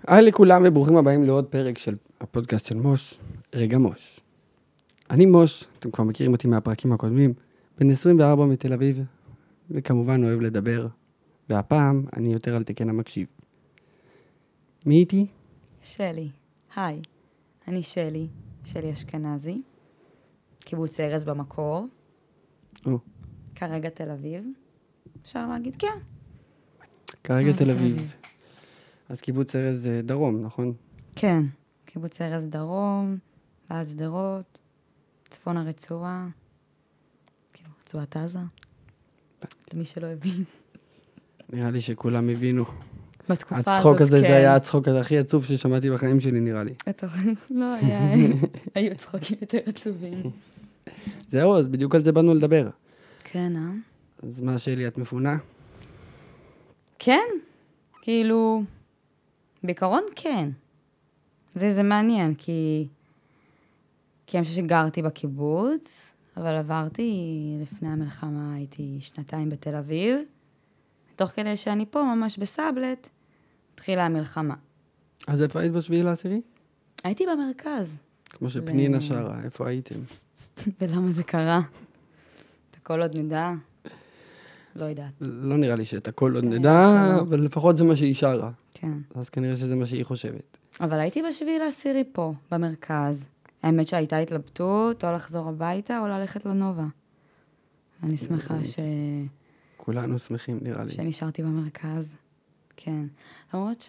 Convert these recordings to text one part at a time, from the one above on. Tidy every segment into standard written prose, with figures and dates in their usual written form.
היי לכולם וברוכים הבאים לעוד פרק של הפודקאסט של מוש, רגע מוש. אני מוש, אתם כבר מכירים אותי מהפרקים הקודמים, בן 24 מתל אביב, וכמובן אוהב לדבר, והפעם אני יותר על תקן המקשיב. מי איתי? שלי, היי, אני שלי אשכנזי, קיבוץ ארז במקור, כרגע תל אביב, אפשר להגיד כן. כרגע תל אביב. אז קיבוץ ארז זה דרום, נכון? כן, קיבוץ ארז דרום, ועד שדרות, צפון הרצועה, כאילו רצועת עזה, למי שלא הבין. נראה לי שכולם הבינו. בתקופה הזאת, הצחוק הזה כן. זה היה הצחוק הכי עצוב ששמעתי בחיים שלי, נראה לי. לא, היו צחוקים יותר עצובים. זהו, אז בדיוק על זה באנו לדבר. כן, אז מה שלי, את מפונה? כן, כאילו, בעיקרון כן. זה מעניין, כי אני חושב שגרתי בקיבוץ, אבל עברתי לפני המלחמה, הייתי 2 בתל אביב, תוך כדי שאני פה ממש בסבלט, התחילה המלחמה. אז איפה היית בשביעי לעשירי? הייתי במרכז. כמו שפנינה שרה, איפה הייתם? ולמה זה קרה? את הכל עוד נדע? לא יודעת. לא נראה לי שאת הכל עוד נדע, אבל לפחות זה מה שהיא שרה. כן. אז כנראה שזה מה שהיא חושבת. אבל הייתי בשביעי לעשירי פה, במרכז. האמת שהייתה התלבטות, או לחזור הביתה, או ללכת לנובה. אני שמחה כולנו שמחים, נראה לי. שנשארתי במרכז. כן. למרות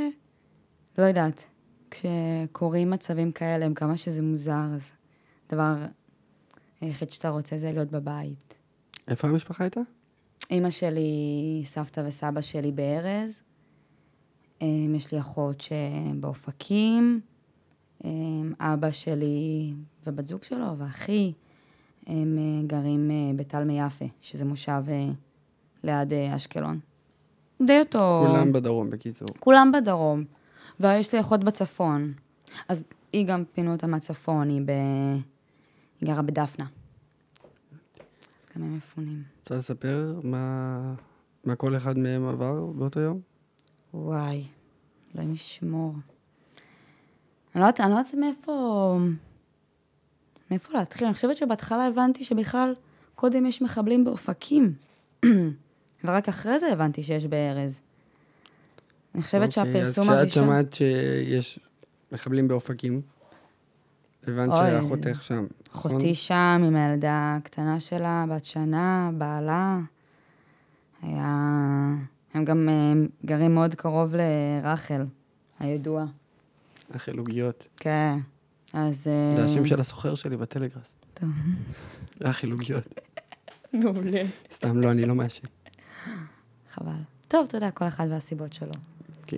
לא יודעת, כשקוראים מצבים כאלה, הם כמה שזה מוזר, אז דבר היחיד שאתה רוצה זה להיות בבית. איפה המשפחה הייתה? אמא שלי, סבתא וסבא שלי בארז. יש לי אחות שבאופקים. אבא שלי ובת זוג שלו ואחי, הם גרים בתלמי יפה, שזה מושב ליד אשקלון. די אותו... כולם בדרום, בקיצור. כולם בדרום. ויש לי אחות בצפון. אז היא גם פינו אותה מהצפון, היא גרה בדפנה. אז גם הם מפונים. רוצה לספר מה כל אחד מהם עבר באותו יום? וואי, לא ישמור. אני לא יודעת מאיפה להתחיל. אני חושבת שבהתחלה הבנתי שבכלל קודם יש מחבלים באופקים. ורק אחרי זה הבנתי שיש בארז. אני חושבת שהפרסום הראשון... אז כשאת שמעת שיש מחבלים באופקים, הבנת שאחותך שם. אחותי שם עם הילדה הקטנה שלה, בת שנה, בעלה. הם גם גרים מאוד קרוב לרחל, הידוע. רחל עוגיות. כן, אז... זה השם של הסוחר שלי בטלגראס. טוב. רחל עוגיות. מעולה. סתם לא, אני לא מאשים. חבל. טוב, אתה יודע, כל אחד והסיבות שלו. כן.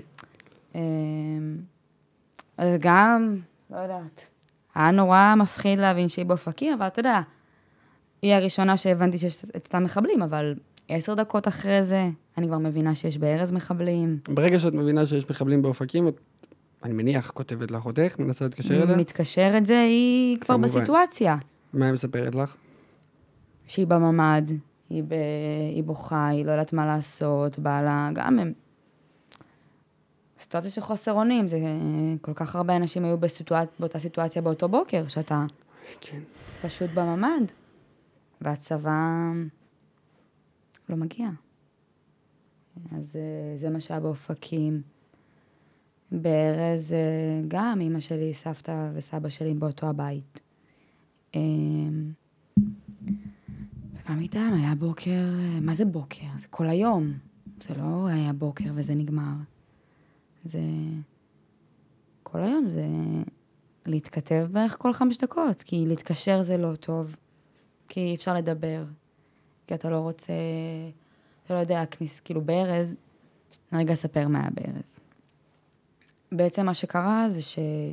אז גם, לא יודעת, היה נורא מפחיד להבין שהיא באופקים, אבל אתה יודע, היא הראשונה שהבנתי שיש אצלה מחבלים, אבל 10 דקות אחרי זה, אני כבר מבינה שיש בארז מחבלים. ברגע שאת מבינה שיש מחבלים באופקים, אני מניח, כותבת לאחותך, מנסה להתקשר אליה? מתקשר את זה, היא כבר בסיטואציה. מה היא מספרת לך? שהיא בממד, היא בוכה, היא לא יודעת מה לעשות, בעלה, גם הם. סיטואציה של חוסר אונים, זה כל כך הרבה אנשים היו באותה סיטואציה באותו בוקר, שאתה כן. פשוט בממד, והצבא לא מגיע. אז זה מה שהיה באופקים. בארז גם אמא שלי, סבתא וסבא שלי באותו הבית. וגם איתם היה בוקר, מה זה בוקר? זה כל היום. זה לא היה בוקר וזה נגמר. זה כל היום, זה להתכתב בערך כל 5 דקות, כי להתקשר זה לא טוב, כי אי אפשר לדבר, כי אתה לא רוצה, אתה לא יודע, כאילו בארז, אני רגע אספר מה היה בארז. בעצם מה שקרה זה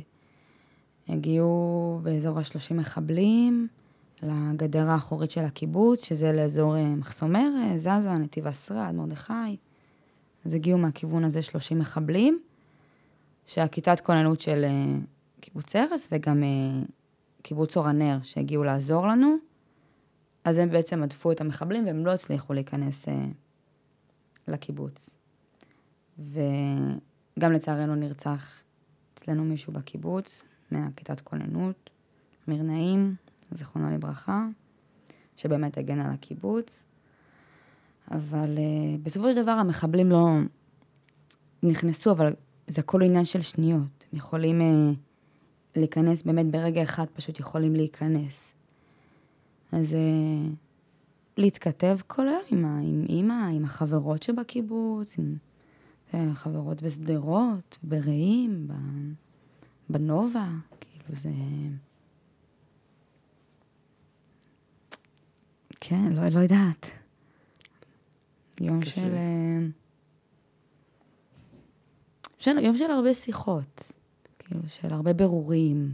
שהגיעו באזור ה-30 מחבלים לגדר האחורית של הקיבוץ, שזה לאזור מחסומר, זזה, נתיב השרד, מרדכי. אז הגיעו מהכיוון הזה 30 מחבלים, שהכיתת כוננות של קיבוץ ארז וגם קיבוץ אור הנר שהגיעו לעזור לנו, אז הם בעצם עדפו את המחבלים והם לא הצליחו להיכנס לקיבוץ. גם לצערנו נרצח אצלנו מישהו בקיבוץ, מהכיתת כוננות, אמיר נעים, זכרונו לברכה, שבאמת הגן על הקיבוץ. אבל בסופו של דבר המחבלים לא נכנסו, אבל זה הכל עניין של שניות. הם יכולים להיכנס, באמת ברגע אחד פשוט יכולים להיכנס. אז להתכתב כל היום עם אמא, עם החברות שבקיבוץ, עם חברות בסדרות, ברעים, בנובה, כאילו זה... כן, לא יודעת. יום של הרבה שיחות, כאילו, של הרבה ברורים.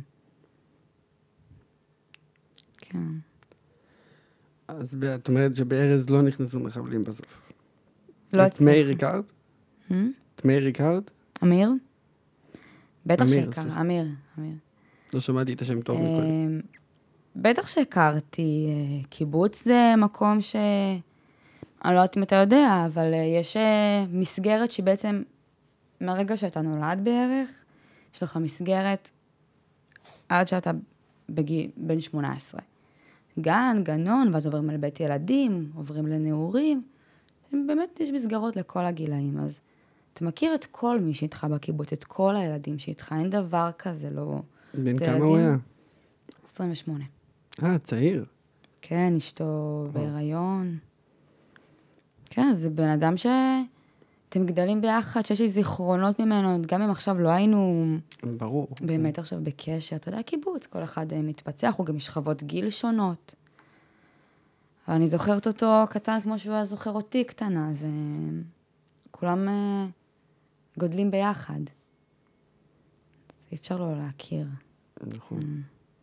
כן. אז את אומרת שבארז לא נכנסו מחבלים בסוף. לא את מאיר ריקארד? את מאיר ריקארד? אמיר? בטח אמיר, שהכר, סליחה. אמיר. לא שמעתי את השם טוב מקודם. בטח שהכרתי. קיבוץ זה מקום ש... אני לא יודעת אם אתה יודע, אבל יש מסגרת שבעצם, מהרגע שאתה נולד בערך, יש לך מסגרת עד שאתה בן 18. גן, גנון, ואז עוברים לבית ילדים, עוברים לנעורים. באמת יש מסגרות לכל הגילאים, אז אתה מכיר את כל מי שאיתך בקיבוץ, את כל הילדים שאיתך, אין דבר כזה, לא... בן כמה הוא היה? 28. צעיר. כן, אשתו בהיריון. כן, זה בן אדם שאתם גדלים ביחד, שיש לי זיכרונות ממנו, גם אם עכשיו לא היינו... ברור. באמת עכשיו בקשר, אתה יודע, קיבוץ, כל אחד מתפצח, הוא גם משכבות גיל שונות. אבל אני זוכרת אותו קטן כמו שהוא היה זוכר אותי קטנה, אז כולם גודלים ביחד. אי אפשר לא להכיר. נכון.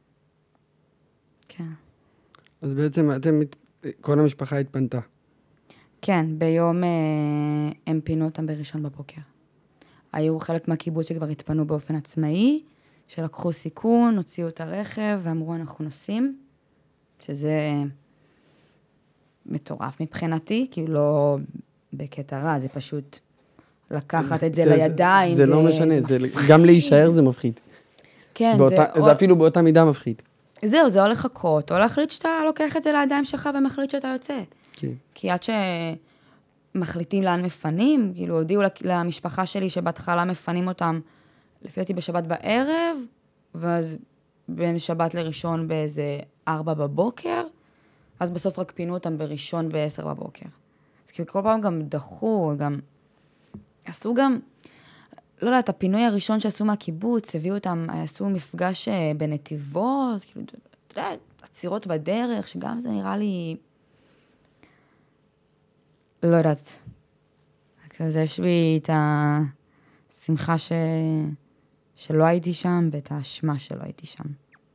כן. אז בעצם כל המשפחה התפנתה. כן, ביום הם פינו אותם בראשון בבוקר. היו חלק מהקיבוץ שכבר התפנו באופן עצמאי, שלקחו סיכון, הוציאו את הרכב ואמרו אנחנו נוסעים, שזה מטורף מבחינתי, כאילו לא בקטע רע, זה פשוט לקחת את זה לידיים. זה לא משנה, גם להישאר זה מפחיד. כן, זה אפילו באותה מידה מפחיד. זהו, זה או לחכות, או להחליט שאתה לוקח את זה לידיים שלך ומחליט שאתה יוצא. כן. כי עד שמחליטים לאן מפנים, כאילו הודיעו למשפחה שלי שבהתחלה מפנים אותם, לפי דעתי בשבת בערב, ואז בין שבת לראשון באיזה 4 בבוקר, אז בסוף רק פינו אותם בראשון ב10 בבוקר. אז כאילו כל פעם גם דחו, גם עשו גם, לא יודעת, הפינוי הראשון שעשו מהקיבוץ, הביאו אותם, עשו מפגש בנתיבות, כאילו, אתה יודע, עצירות בדרך, שגם זה נראה לי... לא יודעת. אז יש לי את השמחה שלא הייתי שם, ואת האשמה שלא הייתי שם.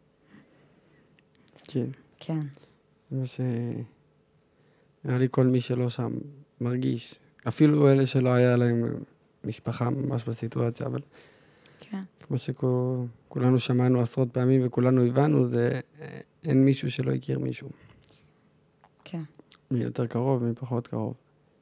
כן. כן. זה מה נראה לי כל מי שלא שם מרגיש. אפילו אלה שלא היה להם משפחה ממש בסיטואציה, אבל כן. כמו שכולנו שמענו עשרות פעמים וכולנו הבנו, זה אין מישהו שלא הכיר מישהו. כן. מי יותר קרוב, מי פחות קרוב.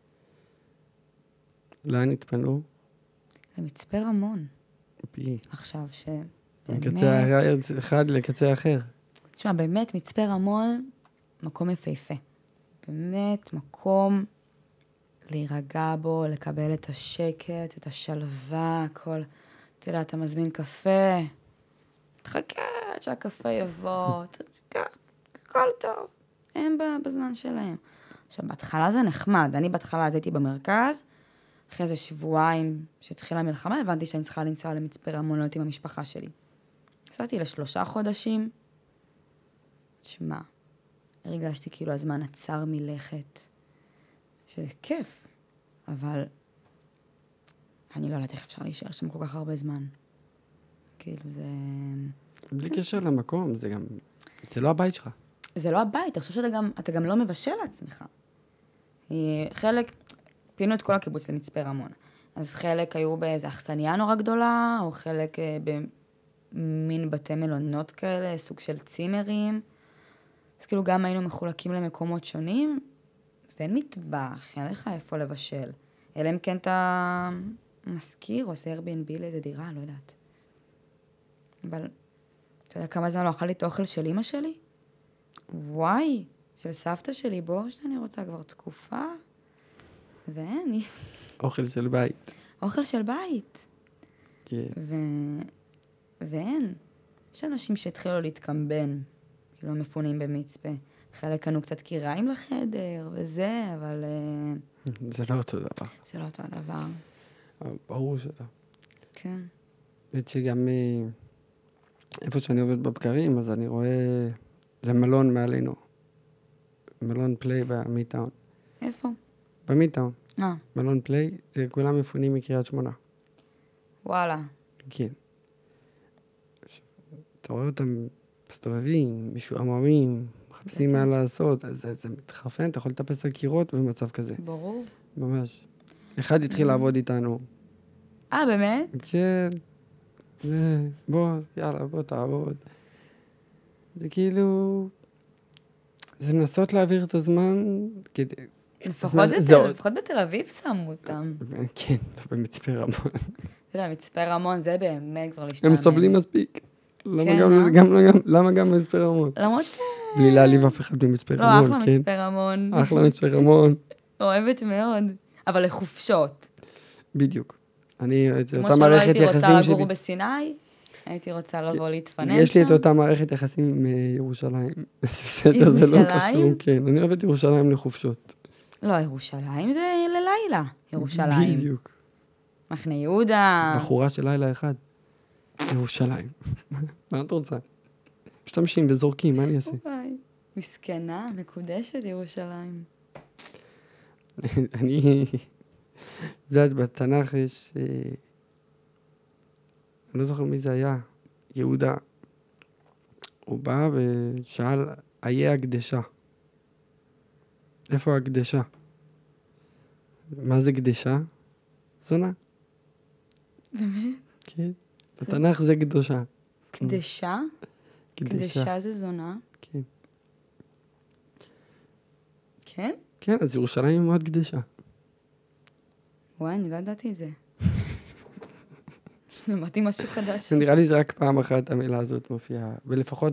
לאן התפנו? למצפה רמון. פי. עכשיו מקצה אחד לקצה אחר. תשמע, באמת מצפה רמון, מקום יפהפה. באמת מקום להירגע בו, לקבל את השקט, את השלווה, הכל. אתה יודע, אתה מזמין קפה, תחכה עד שהקפה יבוא, הכל טוב. הם בזמן שלהם. עכשיו, בהתחלה זה נחמד. אני בהתחלה אז הייתי במרכז, אחרי איזה שבועיים שהתחילה המלחמה, הבנתי שאני צריכה לנסוע למצפה רמון, להיות עם המשפחה שלי. נסעתי ל3 חודשים. תשמע, הרגשתי כאילו הזמן עצר מלכת, שזה כיף, אבל אני לא יודעת איך אפשר להישאר שם כל כך הרבה זמן. כאילו זה... בלי קשר למקום, זה לא הבית שלך. זה לא הבית, אני חושב שאתה גם לא מבשל לעצמך. חלק, פינו את כל הקיבוץ למצפה רמון. אז חלק היו באיזו אכסניה נורא גדולה, או חלק במין בתי מלונות כאלה, סוג של צימרים. אז כאילו גם היינו מחולקים למקומות שונים, ואין מטבח, אין לך איפה לבשל. אלא אם כן אתה משכיר, או עושה Airbnb לאיזה דירה, לא יודעת. אבל, אתה יודע כמה זמן לא אכלתי את האוכל של אמא שלי? וואי, של סבתא שלי, בורשט אני רוצה כבר תקופה. ואין, אוכל של בית. אוכל של בית. כן. ואין. יש אנשים שהתחילו להתקמבן, כאילו מפונים במצפה. חלק קנו קצת קיריים לחדר וזה, אבל... זה לא אותו דבר. זה לא אותו הדבר. ברור שלא. כן. באמת שגם איפה שאני עובד בבקרים, אז אני רואה, זה מלון מעלינו. מלון פליי במיטאון. איפה? במיטאון. אה. מלון פליי, זה כולם מפונים מקריית שמונה. וואלה. כן. אתה רואה אותם מסתובבים, משועממים, מחפשים מה לעשות, אז זה מתחרפן, אתה יכול לטפס על קירות במצב כזה. ברור. ממש. אחד התחיל לעבוד איתנו. באמת? כן. בוא, יאללה, בוא תעבוד. זה כאילו... זה לנסות להעביר את הזמן כדי... לפחות בתל אביב שמו אותם. כן, במצפה רמון. אתה יודע, מצפה רמון זה באמת כבר להשתעמם. הם סובלים מספיק. למה גם מצפה רמון? למרות ש... בלי להעליב אף אחד במצפה רמון, לא, אחלה מצפה רמון. אחלה מצפה רמון. אוהבת מאוד. אבל לחופשות. בדיוק. אני, כמו שלא הייתי רוצה לגור בסיני, הייתי רוצה לבוא להתפנן שם. יש לי את אותה מערכת יחסים עם ירושלים. בסדר, זה לא קשור. כן, אני אוהבת ירושלים לחופשות. לא, ירושלים זה ללילה. ירושלים. בדיוק. מחנה יהודה. בחורה של לילה אחד. ירושלים. מה את רוצה? משתמשים וזורקים, מה אני אעשה? מסכנה, מקודשת ירושלים. אני... יודעת, בתנ"ך יש... אני לא זוכר מי זה היה. יהודה. הוא בא ושאל, איה הקדשה. איפה הקדשה? מה זה קדשה? זונה. באמת? כן. בתנ"ך זה קדושה. קדשה? קדשה זה זונה? כן. כן? כן, אז ירושלים היא מאוד קדשה. וואי, אני לא ידעתי את זה. למדתי משהו חדש. נראה לי זה רק פעם אחת המילה הזאת מופיעה, ולפחות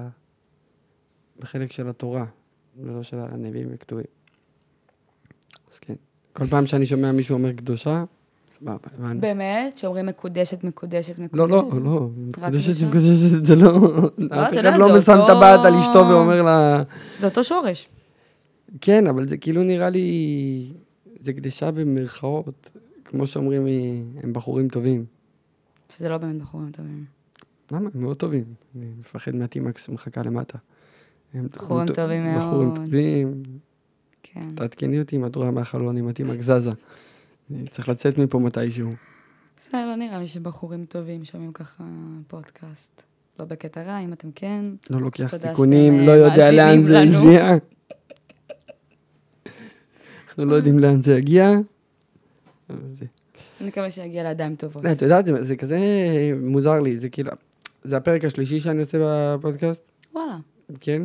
בחלק של התורה, ולא של הנביאים וכתובים. אז כן. כל פעם שאני שומע מישהו אומר קדושה, סבבה, הבנתי. באמת? שאומרים מקודשת. לא, מקודשת, זה לא... אף אחד לא מסם את הבעת על אשתו ואומר לה... זה אותו שורש. כן, אבל זה כאילו נראה לי... זה קדשה במרכאות, כמו שאומרים, הם בחורים טובים. שזה לא באמת בחורים טובים. למה? הם מאוד טובים. אני מפחד מהטימקס מחכה למטה. בחורים טובים מאוד. בחורים טובים. כן. תעדכני אותי אם את רואה מהחלון, אם הטימקס זזה. אני צריך לצאת מפה מתישהו. בסדר, לא נראה לי שבחורים טובים שומעים ככה פודקאסט. לא בקטע רע, אם אתם כן. לא לוקח סיכונים, לא יודע לאן זה יגיע. אנחנו לא יודעים לאן זה יגיע. אני מקווה שיגיע לידיים טובות. את יודעת, זה כזה מוזר לי, זה כאילו, זה הפרק השלישי שאני עושה בפודקאסט. וואלה. כן.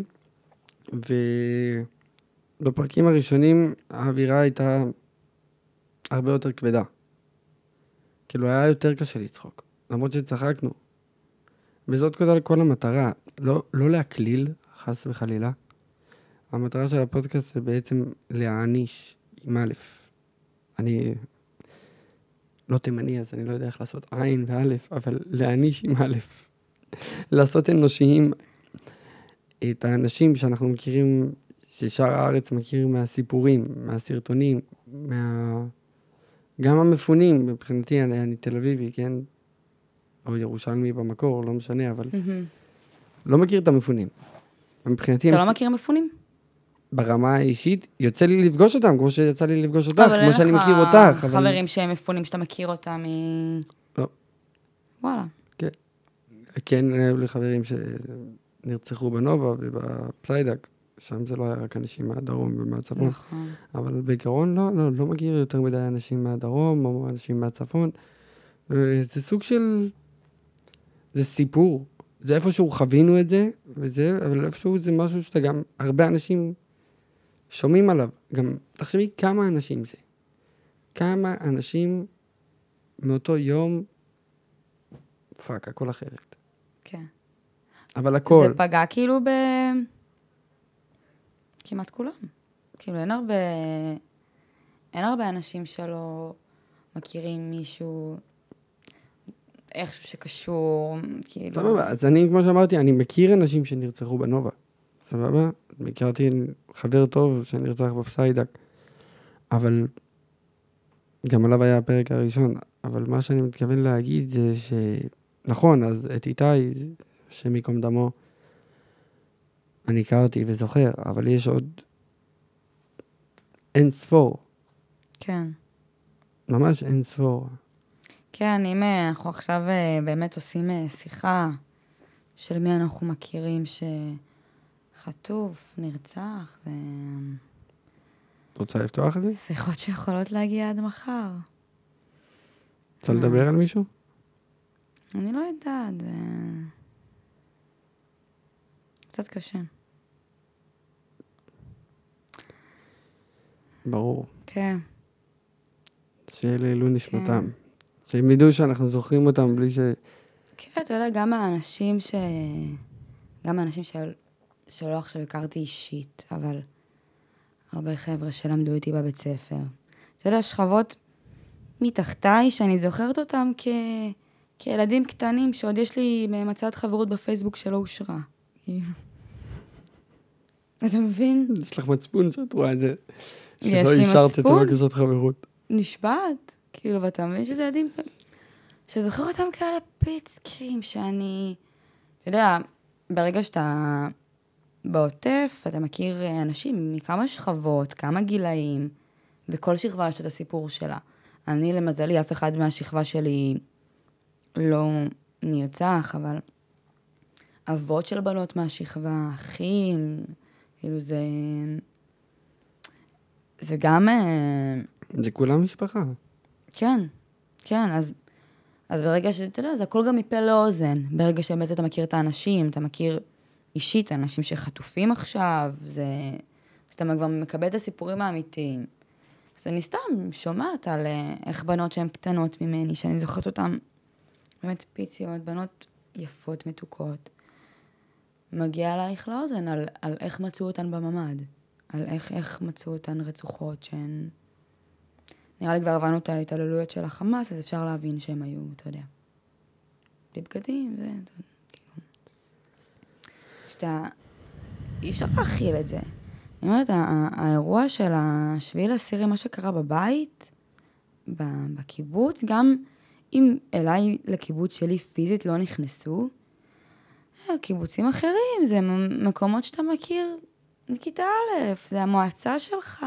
ובפרקים הראשונים האווירה הייתה הרבה יותר כבדה. כאילו היה יותר קשה לצחוק, למרות שצחקנו. וזאת כל המטרה, לא להקליל, חס וחלילה. המטרה של הפודקאסט זה בעצם להעניש עם א'. אני לא תימני, אז אני לא יודע איך לעשות עין וא', אבל להעניש עם א'. לעשות אנושיים את האנשים שאנחנו מכירים, ששאר הארץ מכירים מהסיפורים, מהסרטונים, גם המפונים, מבחינתי אני תל אביבי, כן? או ירושלמי במקור, לא משנה, אבל לא מכיר את המפונים. מבחינתי... אתה לא מכיר מפונים? ברמה האישית, יוצא לי לפגוש אותם, כמו שיצא לי לפגוש אותך, כמו שאני מכיר אותך. אבל אין לך חברים שהם מפונים, שאתה מכיר אותם לא. וואלה. כן. כן, היו לי חברים שנרצחו בנובה ובפליידק, שם זה לא היה רק אנשים מהדרום ומהצפון. נכון. אבל בעיקרון לא מכיר יותר מדי אנשים מהדרום או אנשים מהצפון. זה סוג של... זה סיפור. זה איפשהו חווינו את זה, אבל איפשהו זה משהו שאתה גם... הרבה אנשים שומעים עליו. גם, תחשבי כמה אנשים זה. כמה אנשים מאותו יום, פאק, הכל אחרת. כן. אבל הכל... זה פגע כאילו כמעט כולם. כאילו אין הרבה אנשים שלא מכירים מישהו איכשהו שקשור, כאילו... סבבה, אז אני, כמו שאמרתי, אני מכיר אנשים שנרצחו בנובה. סבבה? מכרתי חבר טוב שנרצח בפסיידק. אבל גם עליו היה הפרק הראשון. אבל מה שאני מתכוון להגיד זה נכון, אז את איתי, השם ייקום דמו, אני הכרתי וזוכר, אבל יש עוד אין ספור. כן. ממש אין ספור. כן, אם אנחנו עכשיו באמת עושים שיחה של מי אנחנו מכירים שחטוף, נרצח, רוצה לפתוח את זה? שיחות שיכולות להגיע עד מחר. רוצה לדבר על מישהו? אני לא יודעת, זה קצת קשה. ברור. כן. שיהיה לעילוי נשמתם. שהם ידעו שאנחנו זוכרים אותם בלי ש... כן, אתה יודע, גם האנשים שלא עכשיו הכרתי אישית, אבל הרבה חבר'ה שלמדו איתי בבית ספר. אתה יודע, שכבות מתחתיי שאני זוכרת אותם כילדים קטנים, שעוד יש לי מצאת חברות בפייסבוק שלא אושרה. אתה מבין? יש לך מצפון שאת רואה את זה. יש לי שלא אישרת את מצפון. הבקשות חברות. נשבעת. כאילו, ואתה מבין שזה ילדים שזוכר אותם כאלה פיצקים שאני... אתה יודע, ברגע שאתה בעוטף, אתה מכיר אנשים מכמה שכבות, כמה גילאים, וכל שכבה יש את הסיפור שלה. אני, למזלי, אף אחד מהשכבה שלי לא נרצח, אבל אבות של בנות מהשכבה, אחים, כאילו זה גם... זה כולם משפחה. כן, כן, אז ברגע שאתה יודע, זה הכל גם מפה לאוזן. ברגע שבאמת אתה מכיר את האנשים, אתה מכיר אישית אנשים שחטופים עכשיו, אז אתה כבר מקבל את הסיפורים האמיתיים. אז אני סתם שומעת על איך בנות שהן קטנות ממני, שאני זוכרת אותן באמת פיציות, בנות יפות, מתוקות. מגיע אלייך לאוזן על איך מצאו אותן בממד, על איך מצאו אותן רצוחות שהן... נראה לי כבר הבנו את ההתעללויות של החמאס, אז אפשר להבין שהם היו, אתה יודע, בלי בגדים, זה, כאילו... אי אפשר להכיל את זה. אני אומרת, האירוע של השביעי לעשירי, מה שקרה בבית, בקיבוץ, גם אם אליי לקיבוץ שלי פיזית לא נכנסו, קיבוצים אחרים, זה מקומות שאתה מכיר מכיתה א', זה המועצה שלך,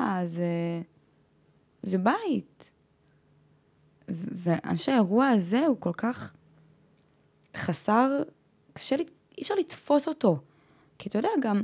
זה בית. ואני חושב שהאירוע הזה הוא כל כך חסר, אי אפשר לתפוס אותו. כי אתה יודע, גם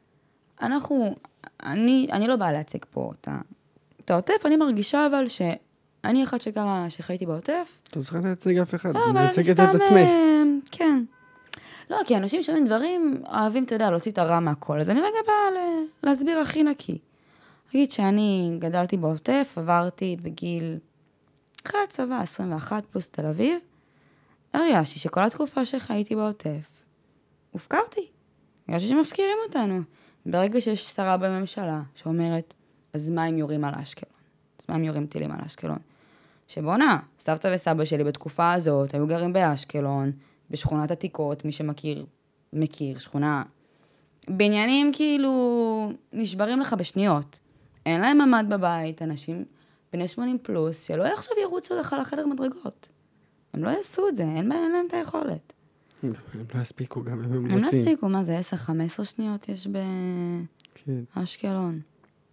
אני לא באה להציג פה את העוטף, אני מרגישה אבל שאני אחת שחייתי בעוטף. אתה צריכה להציג אף אחד, אבל אני להציג את סתם, עצמך. כן. לא, כי אנשים שומעים דברים, אוהבים, אתה יודע, להוציא את הרע מהכל. אז אני רגע באה להסביר הכי נקי. אגיד שאני גדלתי בעוטף, עברתי בגיל אחרי הצבא, 21 פלוס תל אביב, הרגשתי שכל התקופה שחייתי בעוטף, הופקרתי. הרגשתי שמפקירים אותנו. ברגע שיש שרה בממשלה שאומרת, אז מה אם יורים על אשקלון? אז מה אם יורים טילים על אשקלון? שבונה, סבתא וסבא שלי בתקופה הזאת היו גרים באשקלון, בשכונת עתיקות, מי שמכיר, מכיר, שכונה... בניינים כאילו נשברים לך בשניות. אין להם ממ"ד בבית, אנשים בני 80 פלוס, שלא עכשיו ירוצו לך לחדר מדרגות. הם לא יעשו את זה, אין להם את היכולת. הם לא יספיקו גם, אם הם רוצים. הם לא יספיקו, מה זה 10-15 שניות יש באשקלון.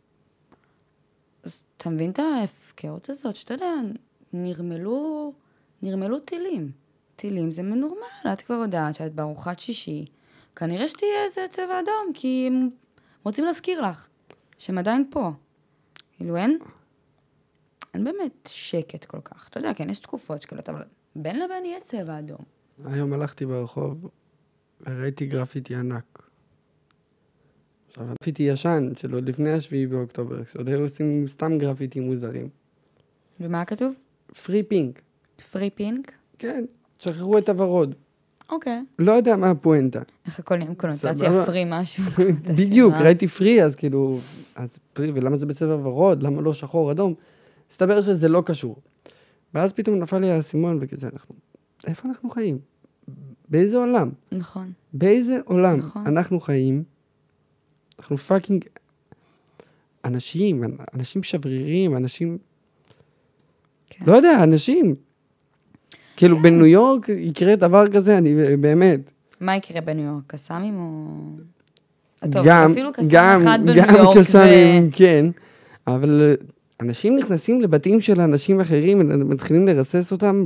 אז אתה מבין את ההפקרות הזאת, שאתה יודע, נרמלו טילים. טילים זה מנורמל, את כבר יודעת שאת בארוחת שישי, כנראה שתהיה איזה צבע אדום, כי הם רוצים להזכיר לך, שהם עדיין פה. כאילו אין באמת שקט כל כך. אתה יודע, כן, יש תקופות שכאלות, אבל בין לבין יהיה צבע אדום. היום הלכתי ברחוב, וראיתי גרפיטי ענק. עכשיו, גרפיטי ישן, של עוד לפני השביעי באוקטובר, שעוד היו עושים סתם גרפיטי מוזרים. ומה כתוב? פרי פינק. פרי פינק? כן, שחררו את הוורוד. אוקיי. לא יודע מה הפואנטה. איך הכל נהיה עם קונוטציה פרי משהו. בדיוק, ראיתי פרי, אז כאילו, אז פרי, ולמה זה בצבע ורוד? למה לא שחור, אדום? הסתבר שזה לא קשור. ואז פתאום נפל לי האסימון וכזה, איפה אנחנו חיים? באיזה עולם? נכון. באיזה עולם נכון. אנחנו חיים? אנחנו פאקינג אנשים שברירים, אנשים... כן. לא יודע, אנשים. כאילו בניו יורק יקרה דבר כזה, אני באמת. מה יקרה בניו יורק? קסאמים או... גם, אפילו קסאם אחד בניו יורק זה... קסאמים, כן. אבל אנשים נכנסים לבתים של אנשים אחרים, מתחילים לרסס אותם.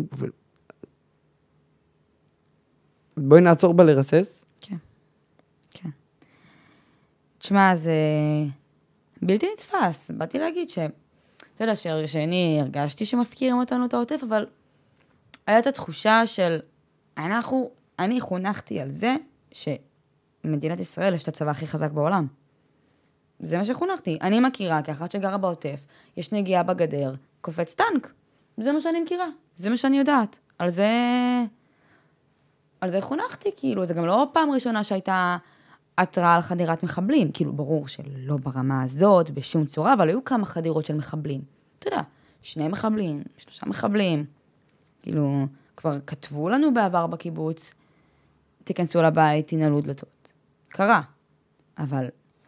בואי נעצור בה לרסס. כן. כן. תשמע, זה בלתי נתפס. באתי להגיד ש... אתה יודע, שאני הרגשתי שמפקירים אותנו את העוטף, אבל הייתה התחושה של... אני חונכתי על זה שמדינת ישראל יש את הצבא הכי חזק בעולם. זה מה שחונכתי. אני מכירה, כאחת שגרה בעוטף, יש נגיעה בגדר, קופץ טנק. זה מה שאני מכירה. זה מה שאני יודעת. על זה חונכתי, כאילו. זה גם לא פעם ראשונה שהייתה התראה על חדירת מחבלים. כאילו, ברור שלא ברמה הזאת, בשום צורה, אבל היו כמה חדירות של מחבלים. אתה יודע, 2 מחבלים, 3 מחבלים. כאילו, כבר כתבו לנו בעבר בקיבוץ, תיכנסו לבית, תנעלו דלתות. קרה. אבל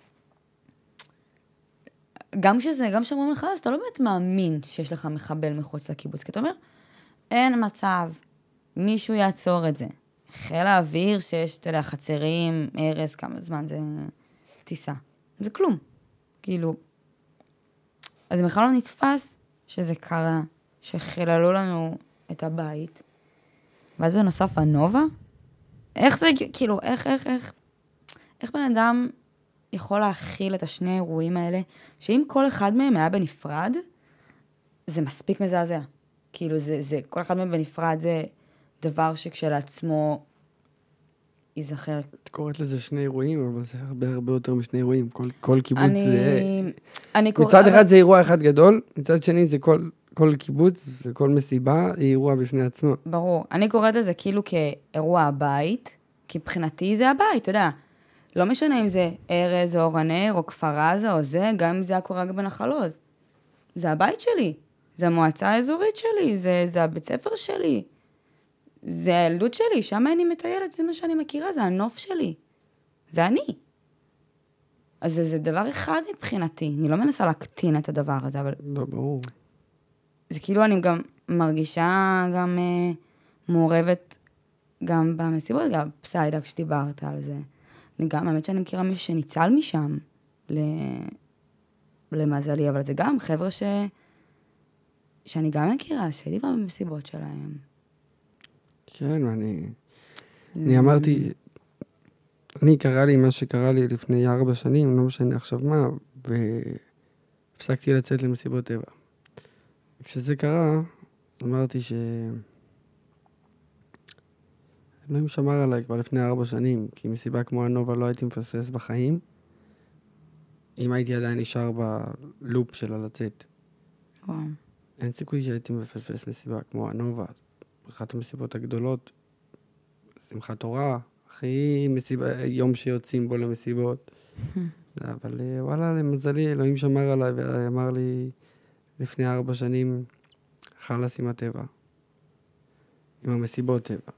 גם שאומרים לך, אז אתה לא באמת מאמין שיש לך מחבל מחוץ לקיבוץ, כי אתה אומר, אין מצב, מישהו יעצור את זה. חיל האוויר שיש, אתה יודע, חצרים, ארז, כמה זמן זה טיסה. זה כלום. כאילו, אז בכלל לא נתפס שזה קרה, שחיללו לנו את הבית. ואז בנוסף הנובה, איך זה, כאילו, איך בן אדם יכול להכיל את השני האירועים האלה, שאם כל אחד מהם היה בנפרד, זה מספיק מזעזע. כאילו, כל אחד מהם בנפרד זה דבר שכשלעצמו ייזכר. את קוראת לזה 2 אירועים, אבל זה הרבה יותר מ2 אירועים. כל קיבוץ זה... מצד אחד זה אירוע אחד גדול, מצד שני זה כל קיבוץ וכל מסיבה היא אירוע בפני עצמו. ברור. אני קוראת לזה כאילו כאירוע הבית, כי מבחינתי זה הבית, אתה יודע. לא משנה אם זה ארז או אורנר או כפר עזה או זה, גם אם זה הקורה בנחל עוז. זה הבית שלי, זה המועצה האזורית שלי, זה הבית ספר שלי, זה הילדות שלי, שם אני מטיילת, זה מה שאני מכירה, זה הנוף שלי. זה אני. אז זה דבר אחד מבחינתי, אני לא מנסה להקטין את הדבר הזה, אבל... לא, ברור. זה כאילו אני גם מרגישה גם מעורבת גם במסיבות, גם פסיידה כשדיברת על זה. אני גם, האמת שאני מכירה מישהו שניצל משם למזלי, אבל זה גם חבר'ה שאני גם מכירה, שהייתי בה במסיבות שלהם. כן, אני אמרתי, קרה לי מה שקרה לי לפני 4 שנים, לא משנה עכשיו מה, והפסקתי לצאת למסיבות טבע. כשזה קרה, אמרתי אלוהים שמר עליי כבר לפני 4 שנים, כי מסיבה כמו הנובה לא הייתי מפספס בחיים, אם הייתי עדיין נשאר בלופ שלה לצאת. וואו. אין סיכוי שהייתי מפספס מסיבה כמו הנובה, אחת המסיבות הגדולות, שמחת תורה, הכי יום שיוצאים בו למסיבות. אבל וואלה, למזלי, אלוהים שמר עליי ואמר לי לפני 4 שנים, חלאס עם הטבע, עם המסיבות טבע.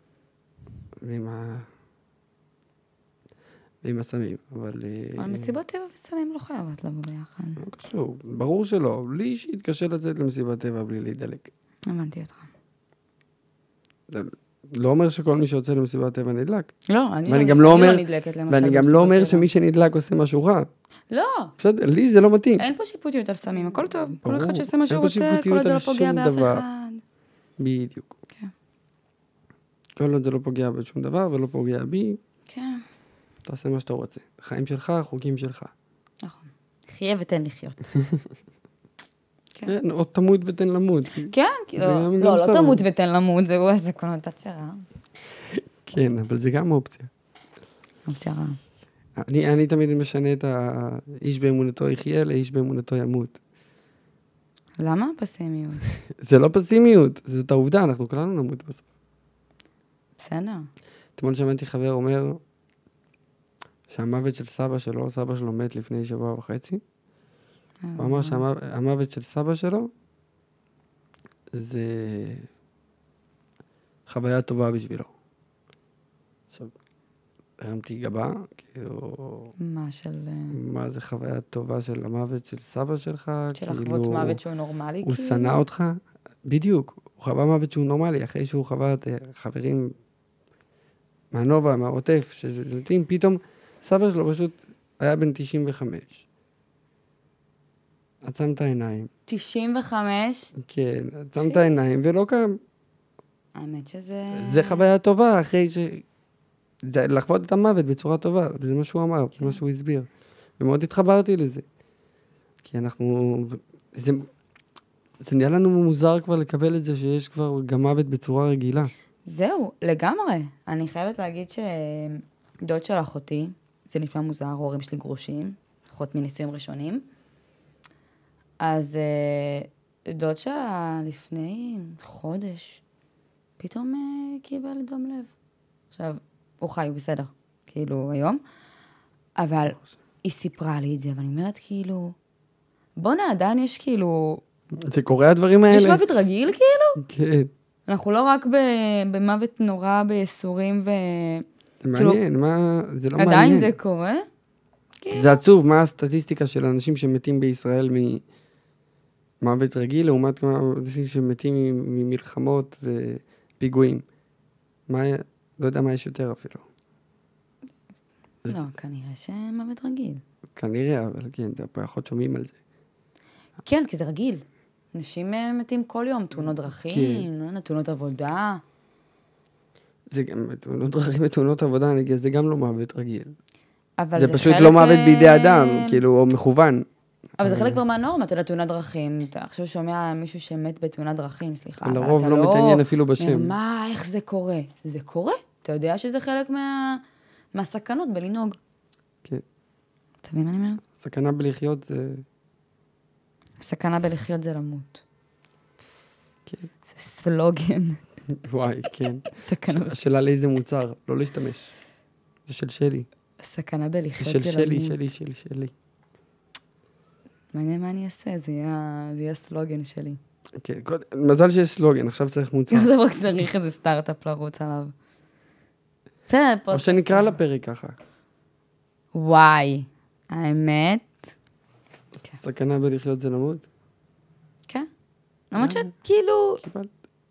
ועם הסמים, אבל... מסיבות טבע וסמים לא חייבת לבוא ביחד. לא קשור, ברור שלא. לי אישית קשה לצאת למסיבת טבע בלי להידלק. הבנתי אותך. זה לא אומר שכל מי שיוצא למסיבת טבע נדלק. לא, אני לא נדלקת למשל. ואני גם לא אומר שמי שנדלק עושה משהו רע. לא. בסדר, לי זה לא מתאים. אין פה שיפוטיות על סמים, הכל טוב. כל ברור, אחד שעושה מה שהוא אין פה רוצה, כל שיפוטיות עוד זה על לא פוגע שום באף דבר. אחד. בדיוק. כן. כל עוד זה לא פוגע בשום דבר ולא פוגע בי, כן. תעשה מה שאתה רוצה. חיים שלך, חוקים שלך. נכון. חיה ותן לחיות. כן, או תמות ותן למות. כן, לא תמות ותן למות, זהו איזה קונוטציה רעה. כן, אבל זה גם אופציה. אופציה רעה. אני תמיד משנה את האיש באמונתו יחיה, לאיש באמונתו ימות. למה פסימיות? זה לא פסימיות, זאת העובדה, אנחנו כולנו נמות בסוף. בסדר. אתמול שמעתי חבר אומר שהמוות של סבא שלו מת לפני 1.5 שבוע. הוא אמר שהמוות של סבא שלו זה חוויה טובה בשבילו. עכשיו, הרמתי גבה, כאילו... מה זה חוויה טובה של המוות של סבא שלך? של לחוות מוות שהוא נורמלי? הוא שנא אותך? בדיוק. הוא חווה מוות שהוא נורמלי, אחרי שהוא חווה את חברים מהנובה, מהעוטף, שזלתים, פתאום סבא שלו פשוט היה בן 95. עצם את העיניים. 95? כן, עצם את העיניים ולא קם. האמת שזה... זה חוויה טובה, אחרי ש... זה לחוות את המוות בצורה טובה, וזה מה שהוא אמר, זה מה שהוא הסביר. ומאוד התחברתי לזה. כי אנחנו... זה נהיה לנו מוזר כבר לקבל את זה שיש כבר גם מוות בצורה רגילה. זהו, לגמרי. אני חייבת להגיד שדוד של אחותי, זה נשמע מוזר, הורים שלי גרושים, אחות מנישואים ראשונים. אז דוד שלה לפני חודש, פתאום קיבל דום לב. עכשיו, הוא חי, הוא בסדר, כאילו היום, אבל היא סיפרה לי את זה, ואני אומרת כאילו, בונה, עדיין יש כאילו... זה קורה הדברים האלה. יש מוות רגיל כאילו? כן. אנחנו לא רק במוות נורא, בייסורים ו... מעניין, מה... זה לא מעניין. עדיין זה קורה? זה עצוב, מה הסטטיסטיקה של אנשים שמתים בישראל ממוות רגיל, לעומת אנשים שמתים ממלחמות ופיגועים. לא יודע מה יש יותר אפילו. לא, כנראה שמוות רגיל. כנראה, אבל כן, זה פחות שומעים על זה. כן, כי זה רגיל. אנשים מתים כל יום, תאונות דרכים, תאונות עבודה. זה גם, תאונות דרכים ותאונות עבודה, זה גם לא מוות רגיל. זה פשוט לא מוות בידי אדם, כאילו, או מכוון. אבל זה חלק כבר מהנורמה, אתה יודע, תאונת דרכים. אתה עכשיו שומע מישהו שמת בתאונת דרכים, סליחה. לרוב לא מתעניין אפילו בשם. מה, איך זה קורה? זה קורה. אתה יודע שזה חלק מהסכנות בלנהוג. כן. אתה מבין מה אני אומרת? סכנה בלחיות זה... סכנה בלחיות זה למות. כן. זה סלוגן. וואי, כן. סכנה. השאלה לאיזה מוצר, לא להשתמש. זה של שלי. סכנה בלחיות זה זה של למות. שלי. מעניין מה אני אעשה, זה יהיה הסלוגן שלי. כן, מזל שיש סלוגן, עכשיו צריך מוצר. עכשיו רק צריך איזה סטארט-אפ לרוץ עליו. או שנקרא לפרק ככה. וואי, האמת. סכנה בלחיות זה למות? כן. למרות שאת כאילו... קיבלת.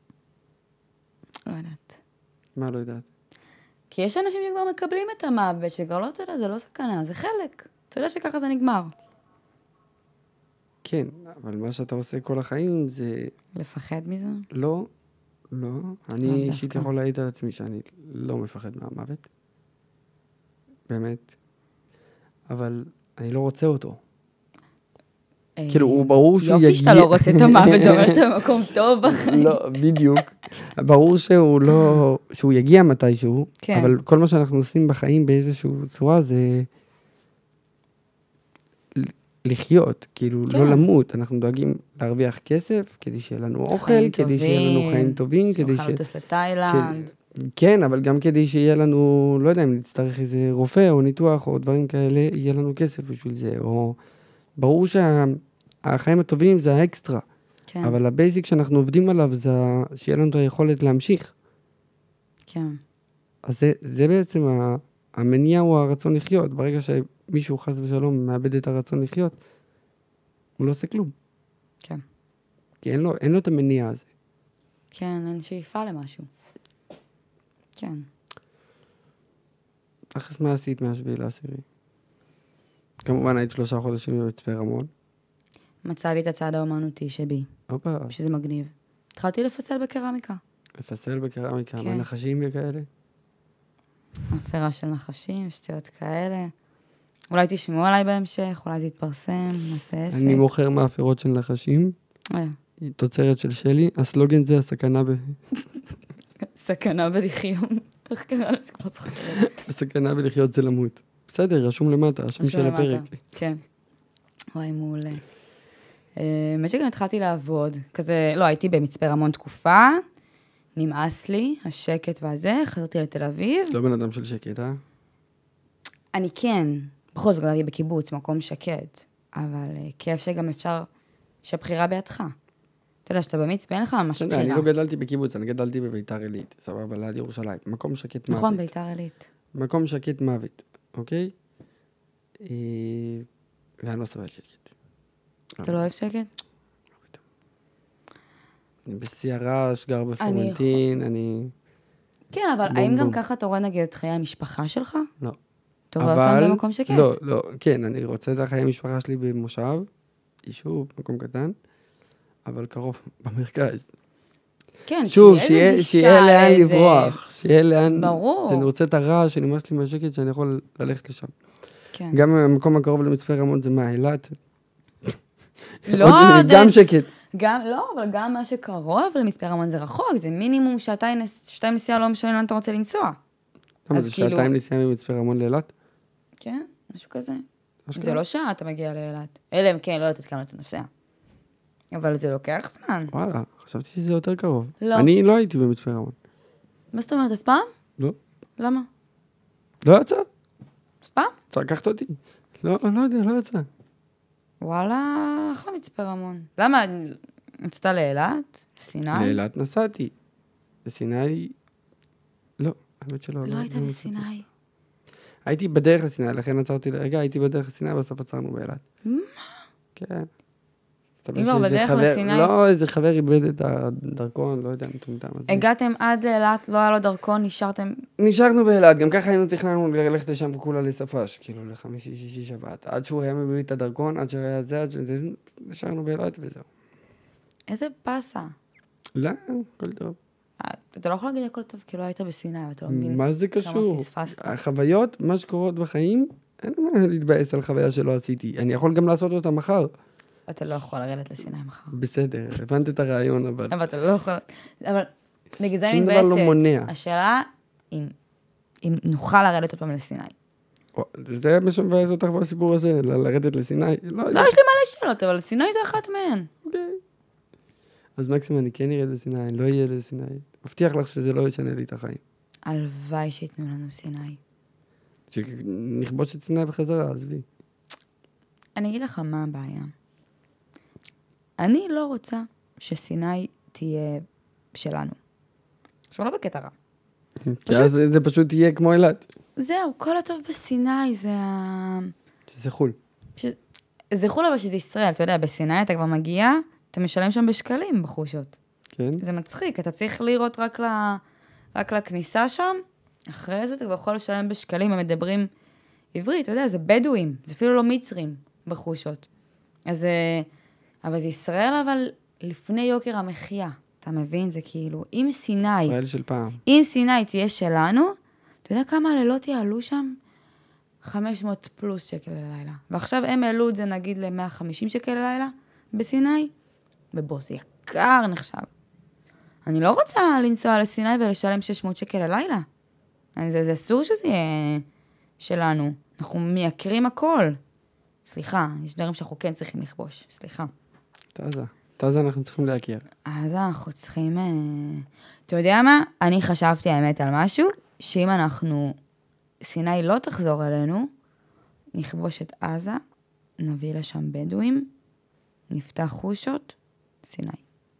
לא יודעת. מה לא יודעת? כי יש אנשים שכבר מקבלים את המוות, שכבר לא, אתה יודע, זה לא סכנה, זה חלק. אתה יודע שככה זה נגמר. כן, אבל מה שאתה עושה כל החיים זה... לפחד מזה? לא. אני אישית יכול להעיד על עצמי שאני לא מפחד מהמוות. באמת. אבל אני לא רוצה אותו. כאילו, הוא ברור שהוא יגיע... יופי שאתה לא רוצה את המוות, זה אומר שאתה במקום טוב בחיים. לא, בדיוק. ברור שהוא לא... שהוא יגיע מתישהו, אבל כל מה שאנחנו עושים בחיים באיזושהי צורה זה... לחיות, כאילו לא למות. אנחנו דואגים להרוויח כסף, כדי שיהיה לנו אוכל, כדי שיהיה לנו חיים טובים, כדי שנוכל לטוס לתאילנד. כן, אבל גם כדי שיהיה לנו, לא יודע, אם נצטרך איזה רופא או ניתוח או דברים כאלה, יהיה לנו כסף בשביל זה. או ברור שהחיים הטובים זה האקסטרה. כן. אבל הבייסיק שאנחנו עובדים עליו זה שיהיה לנו את היכולת להמשיך. כן. אז זה בעצם המניע הוא הרצון לחיות. ברגע שמישהו חס ושלום מאבד את הרצון לחיות, הוא לא עושה כלום. כן. כי אין לו את המניע הזה. כן, אין שאיפה למשהו. כן. תכף מה עשית מה7/10? כמובן היית 3 חודשים במצפה רמון. מצא לי את הצד האומנותי שבי. אופה. שזה מגניב. התחלתי לפסל בקרמיקה. לפסל בקרמיקה, כן. מנחשים וכאלה? אפרה של נחשים, שטויות כאלה. אולי תשמעו עליי בהמשך, אולי זה יתפרסם, נעשה עסק. אני מוכר מאפרות של נחשים. תוצרת של שלי. הסלוגן זה הסכנה סכנה בלחיות. איך קרא לזה כבר זוכרת? הסכנה בלחיות זה למות. בסדר, רשום למטה, השם של הפרק. כן. וואי, מעולה. האמת שגם התחלתי לעבוד, כזה, לא, הייתי במצפה רמון תקופה, נמאס לי, השקט והזה, חזרתי לתל אביב. לא בן אדם של שקט, אה? אני כן, בכל זאת גדלתי בקיבוץ, מקום שקט, אבל כיף שגם אפשר, שהבחירה בידך. אתה יודע, שאתה במצפה, אין לך ממש בחירה. אני לא גדלתי בקיבוץ, אני גדלתי בביתר עילית, סבבה, ליד ירושלים. מקום שקט מוות. נכון, ביתר עילית. מקום שקט מוות, אוקיי? ואני לא סובל שקט. אתה לא אוהב שקט? אני בשיא הרעש, גר בפלורנטין, אני... כן, אבל האם גם ככה אתה רואה נגיד את חיי המשפחה שלך? לא. אתה רואה אותם במקום שקט? לא, לא, כן, אני רוצה את חיי המשפחה שלי במושב, יישוב, מקום קטן, אבל קרוב במרכז. כן, שוב, שיהיה לאן לברוח, שיהיה לאן... ברור. שאני רוצה את הרעש, שאני ממש לי מהשקט, שאני יכול ללכת לשם. כן. גם המקום הקרוב למצפה רמון זה מהאילת. לא, גם שקט. לא, אבל גם מה שקרוב למצפה רמון זה רחוק, זה מינימום שעתיים נסיעה, לא משנה לאן אתה רוצה לנסוע. למה זה שעתיים נסיעה ממצפה רמון לאילת? כן, משהו כזה. זה לא שעה אתה מגיע לאילת. אלא אם כן, לא יודעת כמה אתה נוסע. אבל זה לוקח זמן. וואלה, חשבתי שזה יותר קרוב. לא. אני לא הייתי במצפה רמון. מה זאת אומרת, אף פעם? לא. למה? לא יצא. אף פעם? לקחת אותי. לא יודע, לא יצא. וואלה, אחלה מצפה רמון. למה? נצאת לאילת? לסיני? לאילת נסעתי. לסיני... לא, האמת שלא. לא היית בסיני. הייתי בדרך לסיני, לכן עצרתי לרגע, הייתי בדרך לסיני, בסוף עצרנו באילת. מה? כן. אם כבר בדרך לסיני... לא, איזה חבר איבד את הדרכון, לא יודע, מטומטם. הגעתם עד לאילת, לא היה לו דרכון, נשארתם... נשארנו באילת, גם ככה היינו תכננו ללכת לשם וכולה לסופש, כאילו לחמישי, שישי, שבת. עד שהוא היה מביא את הדרכון, עד שהיה זה, נשארנו באילת וזהו. איזה פסה. לא, הכל טוב. אתה לא יכול להגיד הכל טוב, כי לא היית בסיני, אתה לא מבין מה זה קשור? כמה פספסת. החוויות, מה שקורות בחיים, אין מה להתבאס על חוויה שלא עשיתי. אני יכול גם לעשות אותה מחר. אתה לא יכול לרדת לסיני מחר. בסדר, הבנת את הרעיון, אבל... אבל אתה לא יכול... אבל בגלל זה אני שום דבר לא מתבאסת. מונע. השאלה, אם נוכל לרדת עוד פעם לסיני. זה מה שמבאס אותך בסיפור הזה, לרדת לסיני? לא, יש לי מלא שאלות, אבל סיני זה אחת מהן. אוקיי. אז מקסימום אני כן ארד לסיני, אני לא אהיה לסיני. מבטיח לך שזה לא ישנה לי את החיים. הלוואי שיתנו לנו סיני. שנכבוש את סיני בחזרה, עזבי. אני אגיד לך מה הבעיה. אני לא רוצה שסיני תהיה שלנו. עכשיו לא בקטע רע. כי אז זה פשוט יהיה כמו אילת. זהו, כל הטוב בסיני זה שזה חול. זה חול אבל שזה ישראל, אתה יודע, בסיני אתה כבר מגיע, אתה משלם שם בשקלים בחושות. כן. זה מצחיק, אתה צריך לראות רק לכניסה שם, אחרי זה אתה כבר יכול לשלם בשקלים, הם מדברים עברית, אתה יודע, זה בדואים, זה אפילו לא מצרים בחושות. אז, אבל זה ישראל, אבל לפני יוקר המחיה, אתה מבין? זה כאילו, אם סיני... ישראל של פעם. אם סיני תהיה שלנו, אתה יודע כמה הלילות יעלו שם? 500 פלוס שקל ללילה. ועכשיו הם העלו את זה נגיד ל-150 שקל ללילה בסיני, ובוא, זה יקר נחשב. אני לא רוצה לנסוע לסיני ולשלם 600 שקל ללילה. זה אסור שזה יהיה שלנו. אנחנו מייקרים הכל. סליחה, יש דברים שאנחנו כן צריכים לכבוש. סליחה. תזה אנחנו צריכים להכיר. אז אנחנו צריכים... אתה יודע מה? אני חשבתי האמת על משהו, שאם אנחנו... סיני לא תחזור אלינו, נכבוש את עזה, נביא לשם בדואים, נפתח חושות, סיני.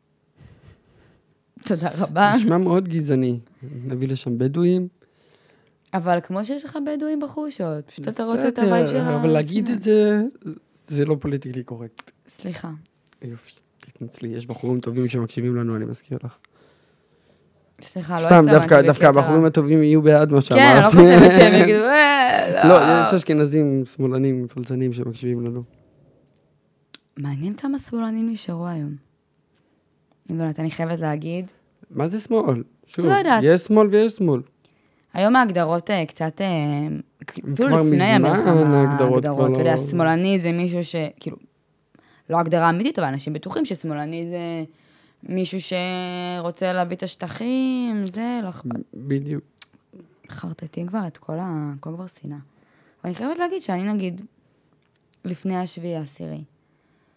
תודה רבה. נשמע מאוד גזעני. נביא לשם בדואים. אבל כמו שיש לך בדואים בחושות, פשוט אתה רוצה את הווייב של הסיני. אבל להגיד את זה, זה לא פוליטיקלי קורקט. סליחה. יופי, תתנצלי, יש בחורים טובים שמקשיבים לנו, אני מזכיר לך. סליחה, לא סתם, דווקא הבחורים הטובים יהיו בעד מה שאמרת. כן, אני לא חושבת שהם יגידו, לא, יש אשכנזים, שמאלנים, פלצנים שמקשיבים לנו. מעניין כמה שמאלנים נשארו היום. אני לא יודעת, אני חייבת להגיד. מה זה שמאל? שוב, לא יודעת. יש שמאל ויש שמאל. היום ההגדרות קצת, אפילו לפני המלחמה, ההגדרות, אתה יודע, שמאלני זה מישהו כאילו, לא הגדרה אמיתית, אבל אנשים בטוחים ששמאלני זה מישהו שרוצה להביא את השטחים, זה לא אכפת. בדיוק. חרטטים כבר את כל כבר שנאה. ואני חייבת להגיד שאני נגיד, לפני 7/10,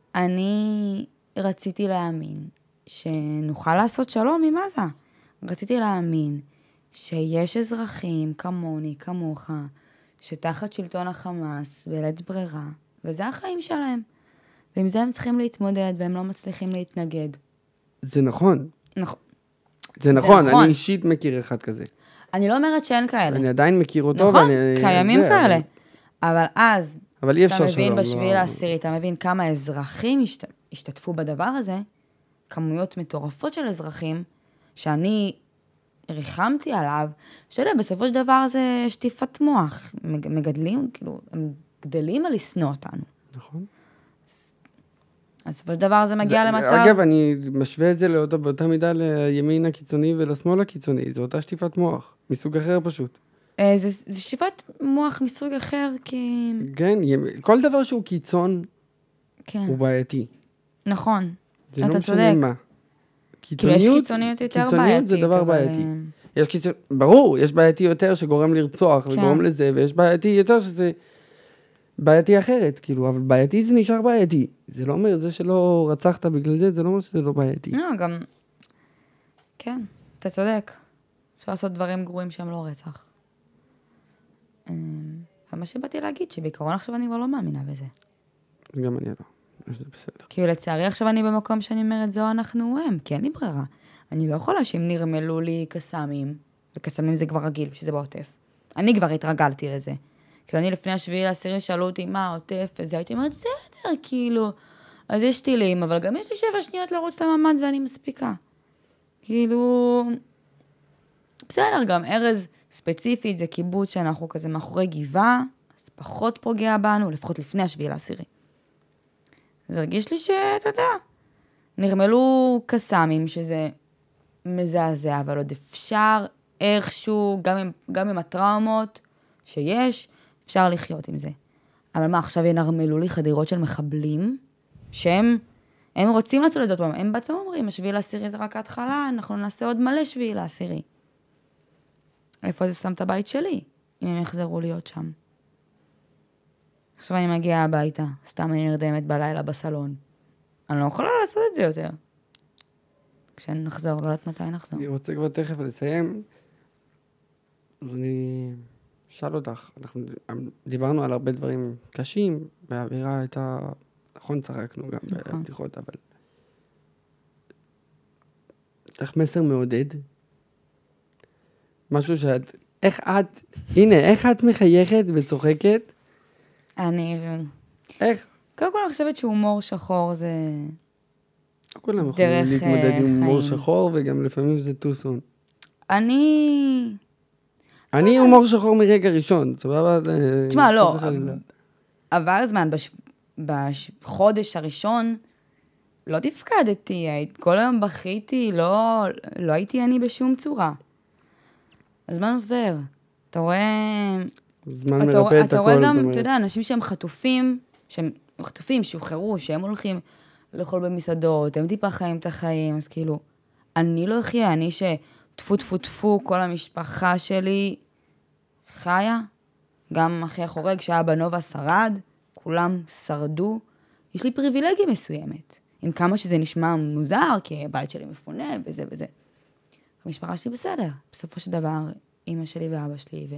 אני רציתי להאמין שנוכל לעשות שלום עם עזה. רציתי להאמין שיש אזרחים כמוני, כמוך, שתחת שלטון החמאס, בלית ברירה, וזה החיים שלהם. ועם זה הם צריכים להתמודד, והם לא מצליחים להתנגד. זה נכון. נכון. זה נכון, אני אישית מכיר אחד כזה. אני לא אומרת שאין כאלה. אני עדיין מכיר אותו. נכון, קיימים כאלה. אבל אז, אבל אי אפשר שאתה מבין שלום, בשביל העשירי, אתה מבין כמה אזרחים השתתפו בדבר הזה, כמויות מטורפות של אזרחים, שאני ריחמתי עליו, שאלה, בסופו של דבר זה שטיפת מוח. מגדלים, כאילו, הם גדלים על לשנוא אותנו. נכון. אז בסופו של דבר זה מגיע למצב... אגב, אני משווה את זה באותה מידה לימין הקיצוני ולשמאל הקיצוני. זו אותה שטיפת מוח, מסוג אחר פשוט. זה שטיפת מוח מסוג אחר, כי... כן, כל דבר שהוא קיצון, כן. הוא בעייתי. נכון, זה אתה לא משנה צודק. מה. כאילו יש קיצוניות יותר בעייתית. קיצוניות זה דבר בעייתי. ברור, יש בעייתי יותר שגורם לרצוח וגורם לזה, ויש בעייתי יותר שזה בעייתי אחרת, כאילו, אבל בעייתי זה נשאר בעייתי. זה לא אומר, זה שלא רצחת בגלל זה, זה לא אומר שזה לא בעייתי. לא, גם... כן, אתה צודק. אפשר לעשות דברים גרועים שהם לא רצח. מה שבאתי להגיד, שבעיקרון עכשיו אני כבר לא מאמינה בזה. גם אני לא. זה בסדר. כאילו לצערי עכשיו אני במקום שאני אומרת, זו אנחנו הם, כי אין לי ברירה. אני לא יכולה שהם נרמלו לי קסמים, וקסמים זה כבר רגיל, שזה בעוטף. אני כבר התרגלתי לזה. כאילו אני לפני 7/10 שאלו אותי, מה העוטף וזה, הייתי אומרת, בסדר, כאילו, אז יש טילים, אבל גם יש לי 7 שניות לרוץ לממ"ד ואני מספיקה. כאילו, בסדר, גם ארז ספציפית זה קיבוץ שאנחנו כזה מאחורי גבעה, אז פחות פוגע בנו, לפחות לפני 7/10. אז הרגיש לי שאתה יודע, נרמלו קסמים שזה מזעזע, אבל עוד אפשר איכשהו, גם עם הטראומות שיש, אפשר לחיות עם זה. אבל מה, עכשיו ינרמלו לי חדירות של מחבלים, שהם רוצים לעשות את זה, הם בעצם אומרים, 7/10 זה רק ההתחלה, אנחנו נעשה עוד מלא 7/10. איפה זה שם את הבית שלי, אם הם יחזרו להיות שם? עכשיו אני מגיעה הביתה, סתם אני נרדמת בלילה בסלון. אני לא יכולה לעשות את זה יותר. כשאני נחזור, לא יודעת מתי נחזור. אני רוצה כבר תכף לסיים, אז אני אשאל אותך, אנחנו דיברנו על הרבה דברים קשים, והאווירה הייתה, נכון, צחקנו גם בבדיחות, אבל... יש לך מסר מעודד? משהו שאת... איך את מחייכת וצוחקת? איך? קודם כל אני חושבת שהומור שחור זה... לא כולם יכולים להתמודד עם הומור שחור, וגם לפעמים זה טוסון. אני הומור שחור מרגע ראשון, סבבה? תשמע, לא. עבר זמן, בחודש הראשון, לא תפקדתי, כל היום בכיתי, לא הייתי אני בשום צורה. הזמן עובר. אתה רואה... זמן מרפא את הכל. אתה רואה גם, אתה יודע, אנשים שהם חטופים, שוחררו, שהם הולכים לאכול במסעדות, הם טיפה חיים את החיים, אז כאילו, אני לא אחיה, אני שטפו טפו טפו, כל המשפחה שלי חיה, גם אחי החורג שהיה בנובה שרד, כולם שרדו, יש לי פריבילגיה מסוימת, עם כמה שזה נשמע מוזר, כי הבית שלי מפונה וזה וזה. המשפחה שלי בסדר, בסופו של דבר, אמא שלי ואבא שלי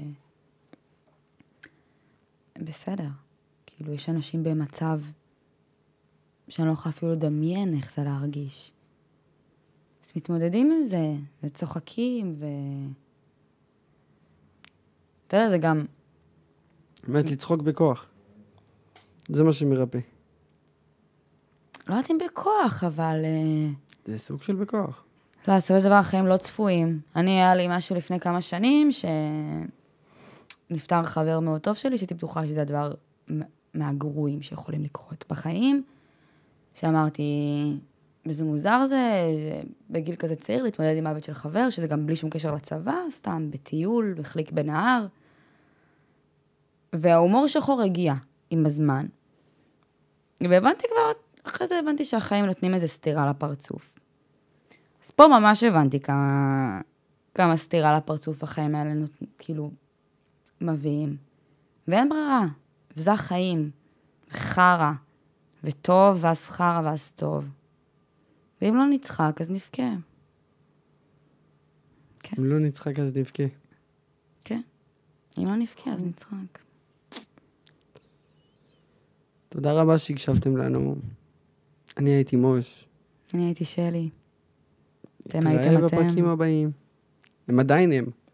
בסדר. כאילו, יש אנשים במצב שאני לא יכולה אפילו לדמיין איך זה להרגיש. אז מתמודדים עם זה, וצוחקים, אתה יודע, זה גם... באמת, לצחוק בכוח. זה מה שמרפא. לא יודעת אם בכוח, אבל... זה סוג של בכוח. לא, בסופו של דבר החיים לא צפויים. היה לי משהו לפני כמה שנים, נפטר חבר מאוד טוב שלי, שהייתי בטוחה שזה הדבר מהגרועים שיכולים לקרות בחיים, שאמרתי, וזה מוזר זה, בגיל כזה צעיר, להתמודד עם מוות של חבר, שזה גם בלי שום קשר לצבא, סתם בטיול, בחליק בנהר, וההומור שחור הגיע עם הזמן. והבנתי כבר, אחרי זה הבנתי שהחיים נותנים איזה סתירה לפרצוף. אז פה ממש הבנתי כמה סתירה לפרצוף החיים האלה כאילו מביאים. ואין ברירה, וזה החיים, חרה, וטוב, ואז חרא, ואז טוב. ואם לא נצחק, אז נבכה. אם לא נצחק, אז נבכה. כן. אם לא נבכה, אז נצחק. תודה רבה שהקשבתם לנו. אני הייתי מוש. אני הייתי שלי. אתם הייתם נתראה בפרקים הבאים. הם עדיין הם.